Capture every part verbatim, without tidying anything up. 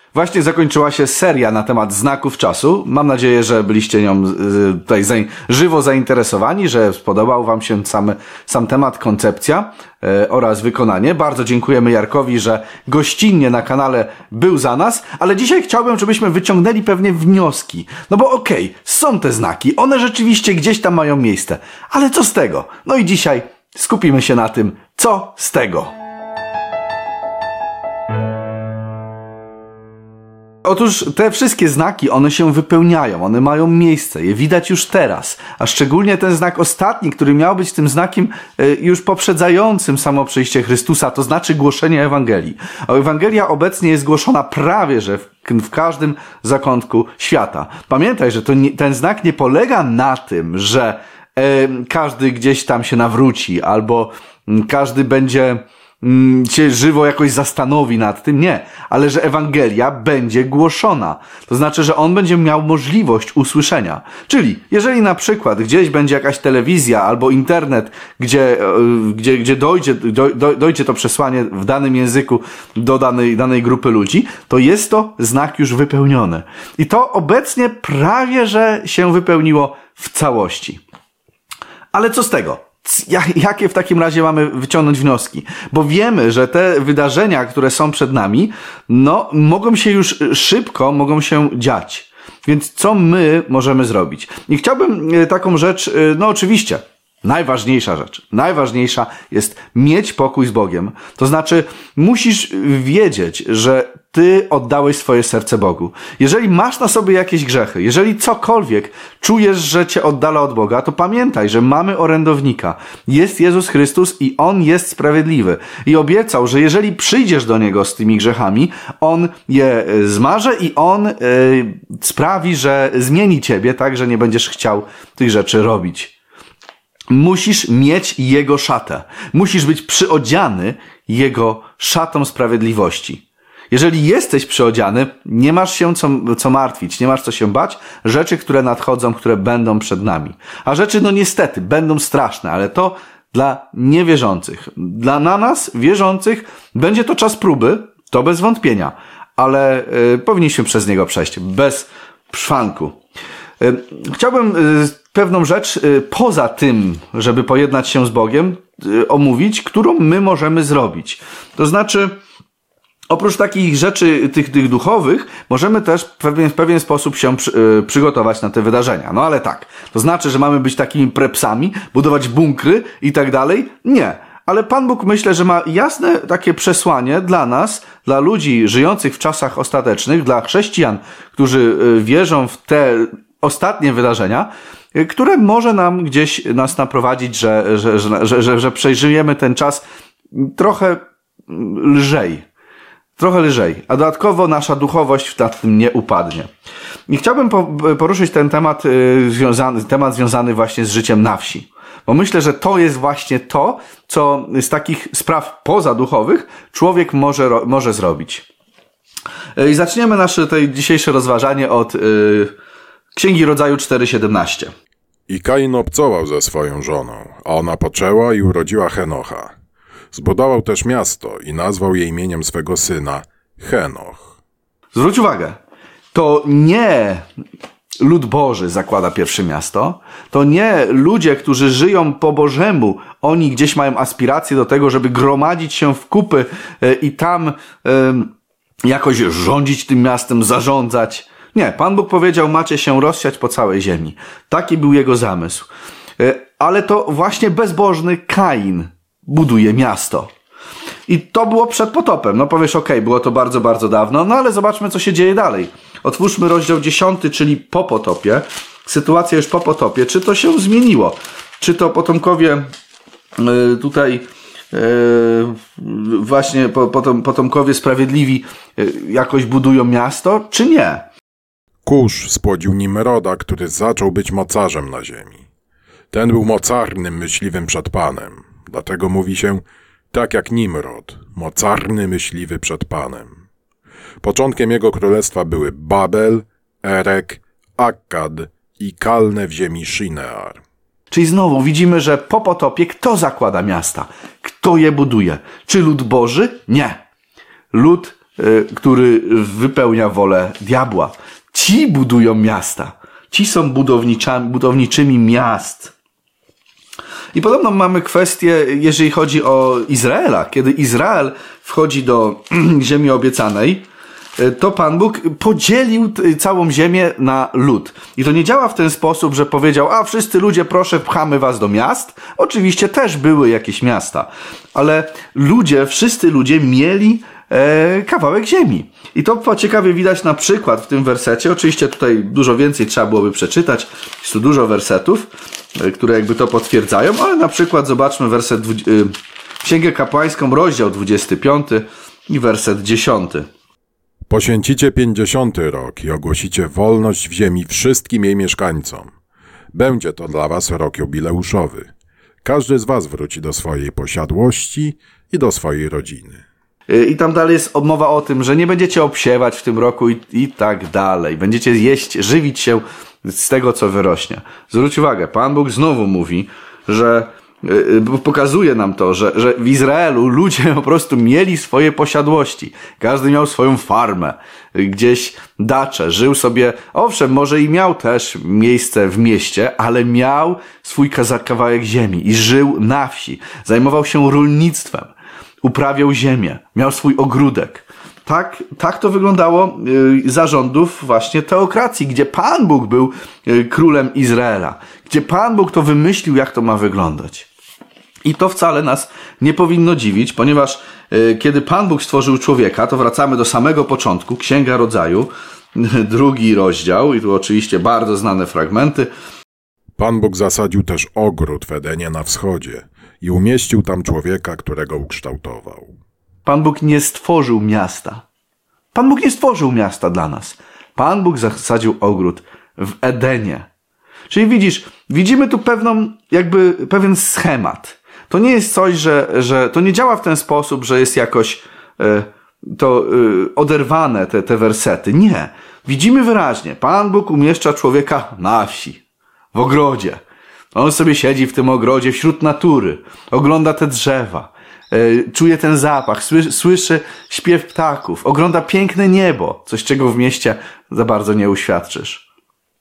Właśnie zakończyła się seria na temat znaków czasu. Mam nadzieję, że byliście nią tutaj żywo zainteresowani, że spodobał wam się sam, sam temat, koncepcja e, oraz wykonanie. Bardzo dziękujemy Jarkowi, że gościnnie na kanale był za nas, ale dzisiaj chciałbym, żebyśmy wyciągnęli pewnie wnioski. No bo okej, okay, są te znaki, one rzeczywiście gdzieś tam mają miejsce, ale co z tego? No i dzisiaj skupimy się na tym, co z tego. Otóż te wszystkie znaki, one się wypełniają, one mają miejsce, je widać już teraz, a szczególnie ten znak ostatni, który miał być tym znakiem już poprzedzającym samo przyjście Chrystusa, to znaczy głoszenie Ewangelii. A Ewangelia obecnie jest głoszona prawie, że w, w każdym zakątku świata. Pamiętaj, że to nie, ten znak nie polega na tym, że e, każdy gdzieś tam się nawróci, albo m, każdy będzie się żywo jakoś zastanowi nad tym, nie, ale że Ewangelia będzie głoszona. To znaczy, że on będzie miał możliwość usłyszenia. Czyli, jeżeli na przykład gdzieś będzie jakaś telewizja albo internet, gdzie, gdzie, gdzie dojdzie, do, dojdzie to przesłanie w danym języku do danej, danej grupy ludzi, to jest to znak już wypełniony. I to obecnie prawie, że się wypełniło w całości. Ale co z tego? Jakie w takim razie mamy wyciągnąć wnioski? Bo wiemy, że te wydarzenia, które są przed nami, no, mogą się już szybko, mogą się dziać. Więc co my możemy zrobić? I chciałbym taką rzecz, no oczywiście, najważniejsza rzecz, najważniejsza jest mieć pokój z Bogiem. To znaczy, musisz wiedzieć, że ty oddałeś swoje serce Bogu. Jeżeli masz na sobie jakieś grzechy, jeżeli cokolwiek czujesz, że cię oddala od Boga, to pamiętaj, że mamy orędownika. Jest Jezus Chrystus i On jest sprawiedliwy. I obiecał, że jeżeli przyjdziesz do Niego z tymi grzechami, On je zmaże i On yy, sprawi, że zmieni ciebie tak, że nie będziesz chciał tych rzeczy robić. Musisz mieć Jego szatę. Musisz być przyodziany Jego szatą sprawiedliwości. Jeżeli jesteś przyodziany, nie masz się co, co martwić, nie masz co się bać. Rzeczy, które nadchodzą, które będą przed nami. A rzeczy, no niestety, będą straszne, ale to dla niewierzących. Dla na nas, wierzących, będzie to czas próby, to bez wątpienia, ale y, powinniśmy przez niego przejść, bez szwanku. Y, chciałbym y, pewną rzecz y, poza tym, żeby pojednać się z Bogiem, y, omówić, którą my możemy zrobić. To znaczy, oprócz takich rzeczy, tych, tych duchowych, możemy też w pewien, w pewien sposób się przy, yy, przygotować na te wydarzenia. No ale tak, to znaczy, że mamy być takimi prepsami, budować bunkry i tak dalej? Nie. Ale Pan Bóg, myślę, że ma jasne takie przesłanie dla nas, dla ludzi żyjących w czasach ostatecznych, dla chrześcijan, którzy yy, wierzą w te ostatnie wydarzenia, yy, które może nam gdzieś nas naprowadzić, że, że, że, że, że, że przeżyjemy ten czas trochę lżej. Trochę lżej, a dodatkowo nasza duchowość nad tym nie upadnie. I chciałbym poruszyć ten temat związany, temat związany właśnie z życiem na wsi. Bo myślę, że to jest właśnie to, co z takich spraw pozaduchowych człowiek może, może zrobić. I zaczniemy nasze tutaj dzisiejsze rozważanie od yy, Księgi Rodzaju cztery siedemnaście. I Kain obcował ze swoją żoną, a ona poczęła i urodziła Henocha. Zbudował też miasto i nazwał je imieniem swego syna Henoch. Zwróć uwagę, to nie lud Boży zakłada pierwsze miasto, to nie ludzie, którzy żyją po Bożemu, oni gdzieś mają aspiracje do tego, żeby gromadzić się w kupy i tam jakoś rządzić tym miastem, zarządzać. Nie, Pan Bóg powiedział, macie się rozsiać po całej ziemi. Taki był jego zamysł. Ale to właśnie bezbożny Kain buduje miasto. I to było przed potopem. No powiesz, okej, okay, było to bardzo, bardzo dawno, no ale zobaczmy, co się dzieje dalej. Otwórzmy rozdział dziesiąty, czyli po potopie. Sytuacja już po potopie. Czy to się zmieniło? Czy to potomkowie yy, tutaj yy, właśnie potom, potomkowie sprawiedliwi yy, jakoś budują miasto, czy nie? Kusz spłodził Nimroda, który zaczął być mocarzem na ziemi. Ten był mocarnym, myśliwym przed Panem. Dlatego mówi się, tak jak Nimrod, mocarny, myśliwy przed Panem. Początkiem jego królestwa były Babel, Erek, Akkad i Kalne w ziemi Shinear. Czyli znowu widzimy, że po potopie kto zakłada miasta? Kto je buduje? Czy lud Boży? Nie. Lud który wypełnia wolę diabła. Ci budują miasta. Ci są budowniczymi miast. I podobno mamy kwestię, jeżeli chodzi o Izraela. Kiedy Izrael wchodzi do ziemi obiecanej, to Pan Bóg podzielił całą ziemię na lud. I to nie działa w ten sposób, że powiedział, a wszyscy ludzie, proszę, pchamy was do miast. Oczywiście też były jakieś miasta, ale ludzie, wszyscy ludzie mieli e, kawałek ziemi. I to ciekawie widać na przykład w tym wersecie. Oczywiście tutaj dużo więcej trzeba byłoby przeczytać. Jest tu dużo wersetów, e, które jakby to potwierdzają, ale na przykład zobaczmy werset, e, Księgę Kapłańską, rozdział dwudziesty piąty i werset dziesiąty. Poświęcicie pięćdziesiąty rok i ogłosicie wolność w ziemi wszystkim jej mieszkańcom. Będzie to dla was rok jubileuszowy. Każdy z was wróci do swojej posiadłości i do swojej rodziny. I tam dalej jest mowa o tym, że nie będziecie obsiewać w tym roku i, i tak dalej. Będziecie jeść, żywić się z tego, co wyrośnie. Zwróć uwagę, Pan Bóg znowu mówi, że pokazuje nam to, że, że w Izraelu ludzie po prostu mieli swoje posiadłości. Każdy miał swoją farmę, gdzieś dacze, żył sobie, owszem, może i miał też miejsce w mieście, ale miał swój kawałek ziemi i żył na wsi. Zajmował się rolnictwem, uprawiał ziemię, miał swój ogródek. Tak, tak to wyglądało y, za rządów właśnie teokracji, gdzie Pan Bóg był y, królem Izraela, gdzie Pan Bóg to wymyślił, jak to ma wyglądać. I to wcale nas nie powinno dziwić, ponieważ y, kiedy Pan Bóg stworzył człowieka, to wracamy do samego początku, Księga Rodzaju, drugi rozdział, i tu oczywiście bardzo znane fragmenty. Pan Bóg zasadził też ogród w Edenie na wschodzie i umieścił tam człowieka, którego ukształtował. Pan Bóg nie stworzył miasta. Pan Bóg nie stworzył miasta dla nas. Pan Bóg zasadził ogród w Edenie. Czyli widzisz, widzimy tu pewną, jakby pewien schemat. To nie jest coś, że, że to nie działa w ten sposób, że jest jakoś e, to e, oderwane te, te wersety. Nie. Widzimy wyraźnie, Pan Bóg umieszcza człowieka na wsi, w ogrodzie. On sobie siedzi w tym ogrodzie wśród natury, ogląda te drzewa, e, czuje ten zapach, słyszy, słyszy śpiew ptaków, ogląda piękne niebo, coś czego w mieście za bardzo nie uświadczysz.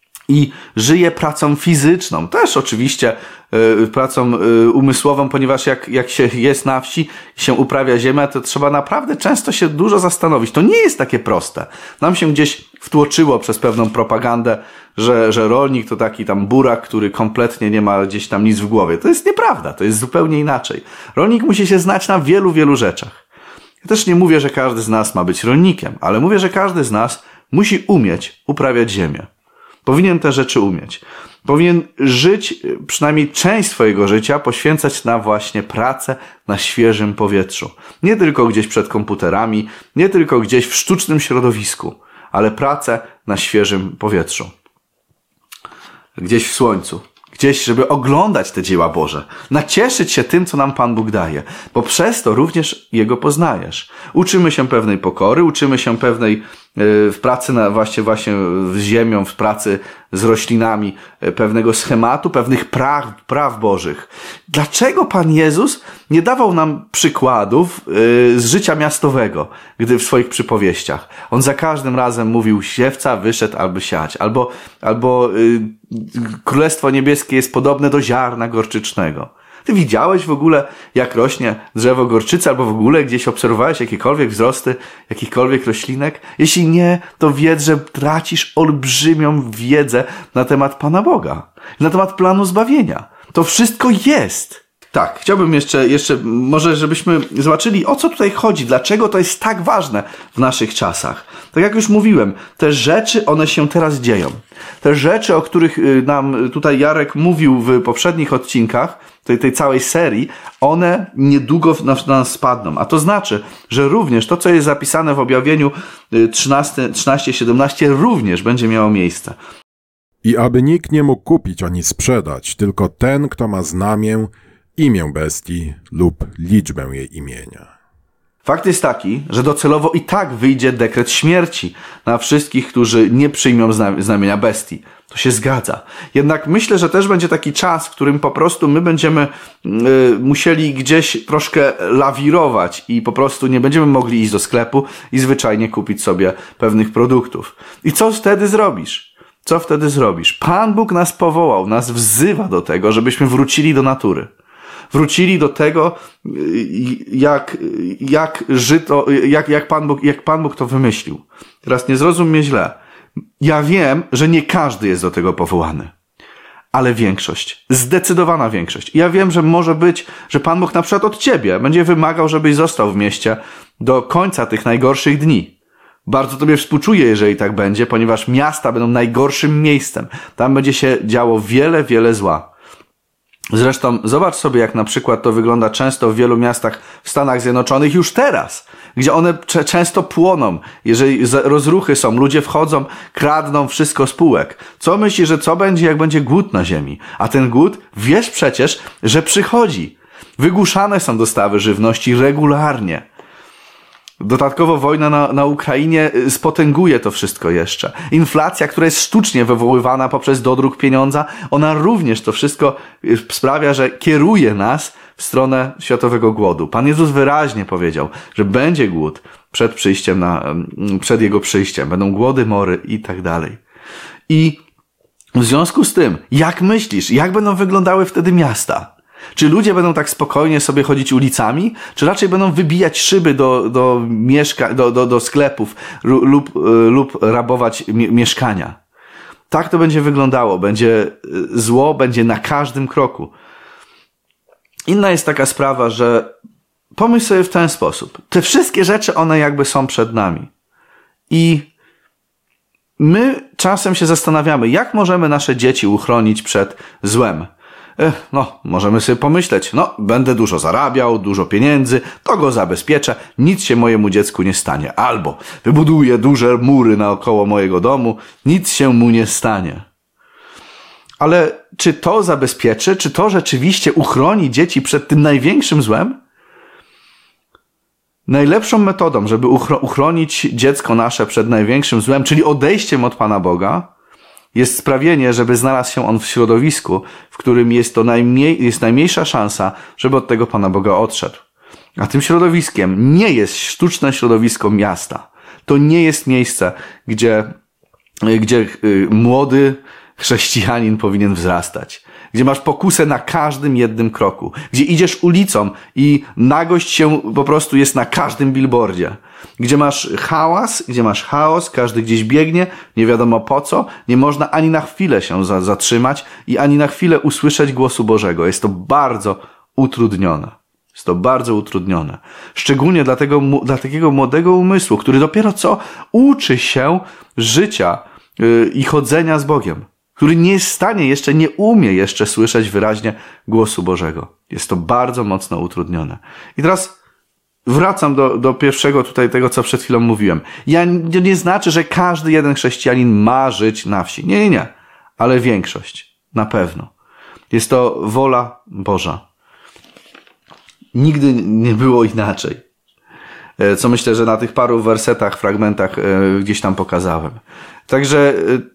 I żyje pracą fizyczną, też oczywiście y, pracą y, umysłową, ponieważ jak, jak się jest na wsi i się uprawia ziemię, to trzeba naprawdę często się dużo zastanowić. To nie jest takie proste. Nam się gdzieś wtłoczyło przez pewną propagandę, że, że rolnik to taki tam burak, który kompletnie nie ma gdzieś tam nic w głowie. To jest nieprawda, to jest zupełnie inaczej. Rolnik musi się znać na wielu, wielu rzeczach. Ja też nie mówię, że każdy z nas ma być rolnikiem, ale mówię, że każdy z nas musi umieć uprawiać ziemię. Powinien te rzeczy umieć. Powinien żyć, przynajmniej część swojego życia poświęcać na właśnie pracę na świeżym powietrzu. Nie tylko gdzieś przed komputerami, nie tylko gdzieś w sztucznym środowisku, ale pracę na świeżym powietrzu. Gdzieś w słońcu. Gdzieś, żeby oglądać te dzieła Boże. Nacieszyć się tym, co nam Pan Bóg daje. Bo przez to również Jego poznajesz. Uczymy się pewnej pokory, uczymy się pewnej yy, w pracy na, właśnie, właśnie z ziemią, w pracy z roślinami, yy, pewnego schematu, pewnych praw, praw Bożych. Dlaczego Pan Jezus nie dawał nam przykładów yy, z życia miastowego, gdy w swoich przypowieściach? On za każdym razem mówił, siewca wyszedł, aby siać. Albo, albo yy, Królestwo Niebieskie jest podobne do ziarna gorczycznego. Ty widziałeś w ogóle, jak rośnie drzewo gorczycy, albo w ogóle gdzieś obserwowałeś jakiekolwiek wzrosty jakichkolwiek roślinek? Jeśli nie, to wiedz, że tracisz olbrzymią wiedzę na temat Pana Boga, na temat planu zbawienia. To wszystko jest. Tak, chciałbym jeszcze, jeszcze może żebyśmy zobaczyli, o co tutaj chodzi, dlaczego to jest tak ważne w naszych czasach. Tak jak już mówiłem, te rzeczy, one się teraz dzieją. Te rzeczy, o których nam tutaj Jarek mówił w poprzednich odcinkach, tej, tej całej serii, one niedługo na nas spadną. A to znaczy, że również to, co jest zapisane w objawieniu trzynaście siedemnaście, również będzie miało miejsce. I aby nikt nie mógł kupić ani sprzedać, tylko ten, kto ma znamię, imię bestii lub liczbę jej imienia. Fakt jest taki, że docelowo i tak wyjdzie dekret śmierci na wszystkich, którzy nie przyjmą znamienia bestii. To się zgadza. Jednak myślę, że też będzie taki czas, w którym po prostu my będziemy y, musieli gdzieś troszkę lawirować i po prostu nie będziemy mogli iść do sklepu i zwyczajnie kupić sobie pewnych produktów. I co wtedy zrobisz? Co wtedy zrobisz? Pan Bóg nas powołał, nas wzywa do tego, żebyśmy wrócili do natury. Wrócili do tego, jak, jak żyto, jak, jak Pan Bóg, jak Pan Bóg to wymyślił. Teraz nie zrozum mnie źle. Ja wiem, że nie każdy jest do tego powołany. Ale większość. Zdecydowana większość. Ja wiem, że może być, że Pan Bóg na przykład od ciebie będzie wymagał, żebyś został w mieście do końca tych najgorszych dni. Bardzo tobie współczuję, jeżeli tak będzie, ponieważ miasta będą najgorszym miejscem. Tam będzie się działo wiele, wiele zła. Zresztą zobacz sobie, jak na przykład to wygląda często w wielu miastach w Stanach Zjednoczonych już teraz, gdzie one cze- często płoną, jeżeli rozruchy są, ludzie wchodzą, kradną wszystko z półek. Co myślisz, że co będzie, jak będzie głód na ziemi? A ten głód, wiesz przecież, że przychodzi. Wygłuszane są dostawy żywności regularnie. Dodatkowo wojna na, na Ukrainie spotęguje to wszystko jeszcze. Inflacja, która jest sztucznie wywoływana poprzez dodruk pieniądza, ona również to wszystko sprawia, że kieruje nas w stronę światowego głodu. Pan Jezus wyraźnie powiedział, że będzie głód przed przyjściem na, przed Jego przyjściem. Będą głody, mory i tak dalej. I w związku z tym, jak myślisz, jak będą wyglądały wtedy miasta? Czy ludzie będą tak spokojnie sobie chodzić ulicami? Czy raczej będą wybijać szyby do, do, mieszka- do, do, do sklepów lub, lub rabować mi- mieszkania? Tak to będzie wyglądało. Będzie zło, będzie na każdym kroku. Inna jest taka sprawa, że pomyśl sobie w ten sposób. Te wszystkie rzeczy, one jakby są przed nami. I my czasem się zastanawiamy, jak możemy nasze dzieci uchronić przed złem. No, możemy sobie pomyśleć, no, będę dużo zarabiał, dużo pieniędzy, to go zabezpieczę, nic się mojemu dziecku nie stanie. Albo wybuduję duże mury naokoło mojego domu, nic się mu nie stanie. Ale czy to zabezpieczy, czy to rzeczywiście uchroni dzieci przed tym największym złem? Najlepszą metodą, żeby uchronić dziecko nasze przed największym złem, czyli odejściem od Pana Boga, jest sprawienie, żeby znalazł się on w środowisku, w którym jest to najmniej, jest najmniejsza szansa, żeby od tego Pana Boga odszedł. A tym środowiskiem nie jest sztuczne środowisko miasta. To nie jest miejsce, gdzie, gdzie młody chrześcijanin powinien wzrastać. Gdzie masz pokusę na każdym jednym kroku. Gdzie idziesz ulicą i nagość się po prostu jest na każdym billboardzie. Gdzie masz hałas, gdzie masz chaos, każdy gdzieś biegnie, nie wiadomo po co. Nie można ani na chwilę się za- zatrzymać i ani na chwilę usłyszeć głosu Bożego. Jest to bardzo utrudnione. Jest to bardzo utrudnione. Szczególnie dla, tego, dla takiego młodego umysłu, który dopiero co uczy się życia yy, i chodzenia z Bogiem. Który nie jest w stanie, jeszcze nie umie jeszcze słyszeć wyraźnie głosu Bożego. Jest to bardzo mocno utrudnione. I teraz wracam do, do pierwszego tutaj tego, co przed chwilą mówiłem. Ja nie, nie znaczy, że każdy jeden chrześcijanin ma żyć na wsi. Nie, nie, nie. Ale większość. Na pewno. Jest to wola Boża. Nigdy nie było inaczej. Co myślę, że na tych paru wersetach, fragmentach gdzieś tam pokazałem. Także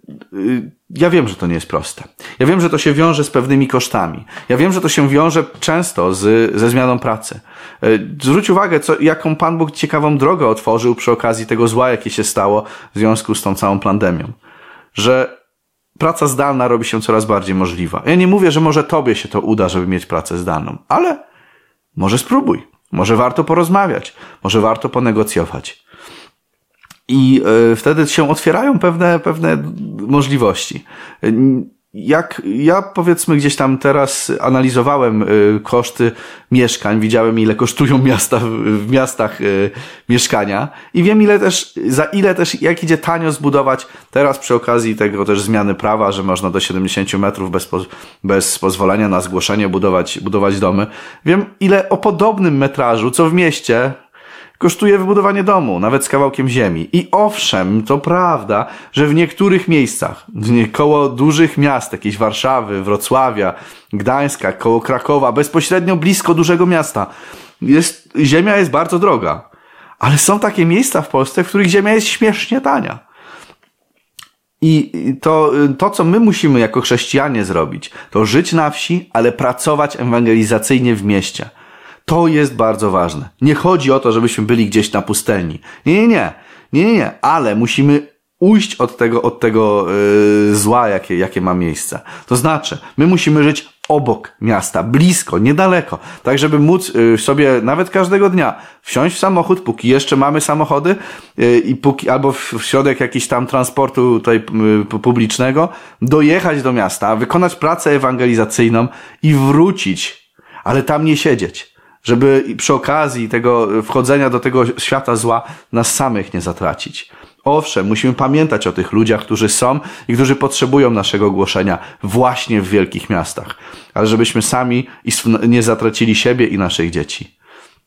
ja wiem, że to nie jest proste. Ja wiem, że to się wiąże z pewnymi kosztami. Ja wiem, że to się wiąże często z, ze zmianą pracy. Zwróć uwagę, co, jaką Pan Bóg ciekawą drogę otworzył przy okazji tego zła, jakie się stało w związku z tą całą pandemią. Że praca zdalna robi się coraz bardziej możliwa. Ja nie mówię, że może tobie się to uda, żeby mieć pracę zdalną, ale może spróbuj. Może warto porozmawiać. Może warto ponegocjować. I y, wtedy się otwierają pewne, pewne możliwości. Jak ja powiedzmy gdzieś tam teraz analizowałem y, koszty mieszkań, widziałem ile kosztują miasta w, w miastach y, mieszkania i wiem ile też, za ile też, jak idzie tanio zbudować teraz przy okazji tego też zmiany prawa, że można do siedemdziesięciu metrów bez, po, bez pozwolenia na zgłoszenie budować, budować domy. Wiem ile o podobnym metrażu, co w mieście, kosztuje wybudowanie domu, nawet z kawałkiem ziemi. I owszem, to prawda, że w niektórych miejscach, koło dużych miast, jakiejś Warszawy, Wrocławia, Gdańska, koło Krakowa, bezpośrednio blisko dużego miasta, jest, ziemia jest bardzo droga. Ale są takie miejsca w Polsce, w których ziemia jest śmiesznie tania. I to, to, co my musimy jako chrześcijanie zrobić, to żyć na wsi, ale pracować ewangelizacyjnie w mieście. To jest bardzo ważne. Nie chodzi o to, żebyśmy byli gdzieś na pustelni. Nie, nie, nie. Nie, nie, nie. Ale musimy ujść od tego, od tego yy, zła, jakie, jakie ma miejsce. To znaczy, my musimy żyć obok miasta, blisko, niedaleko, tak żeby móc yy, sobie nawet każdego dnia wsiąść w samochód, póki jeszcze mamy samochody yy, i póki, albo w, w środek jakiś tam transportu tutaj yy, publicznego, dojechać do miasta, wykonać pracę ewangelizacyjną i wrócić, ale tam nie siedzieć, żeby przy okazji tego wchodzenia do tego świata zła nas samych nie zatracić. Owszem, musimy pamiętać o tych ludziach, którzy są i którzy potrzebują naszego głoszenia właśnie w wielkich miastach, ale żebyśmy sami nie zatracili siebie i naszych dzieci.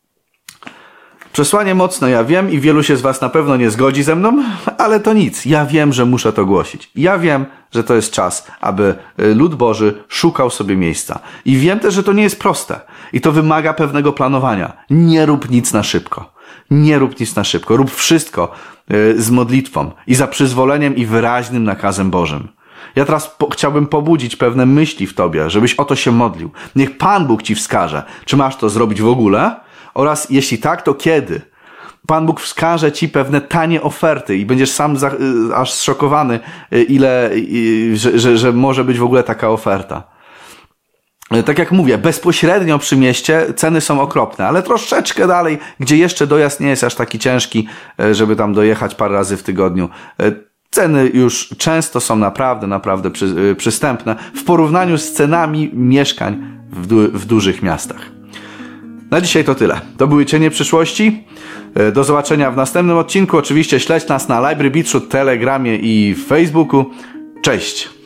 Przesłanie mocne, ja wiem i wielu się z was na pewno nie zgodzi ze mną, ale to nic. Ja wiem, że muszę to głosić. Ja wiem, że to jest czas, aby lud Boży szukał sobie miejsca. I wiem też, że to nie jest proste. I to wymaga pewnego planowania. Nie rób nic na szybko. Nie rób nic na szybko. Rób wszystko z modlitwą i za przyzwoleniem i wyraźnym nakazem Bożym. Ja teraz po- chciałbym pobudzić pewne myśli w tobie, żebyś o to się modlił. Niech Pan Bóg ci wskaże, czy masz to zrobić w ogóle oraz jeśli tak, to kiedy. Pan Bóg wskaże ci pewne tanie oferty i będziesz sam za, y, aż zszokowany, y, ile, y, że, że, że może być w ogóle taka oferta. Tak jak mówię, bezpośrednio przy mieście ceny są okropne, ale troszeczkę dalej, gdzie jeszcze dojazd nie jest aż taki ciężki, żeby tam dojechać parę razy w tygodniu, ceny już często są naprawdę, naprawdę przy, przystępne w porównaniu z cenami mieszkań w, du, w dużych miastach. Na dzisiaj to tyle. To były Cienie Przyszłości. Do zobaczenia w następnym odcinku. Oczywiście śledź nas na Library Beatshoot, Telegramie i Facebooku. Cześć!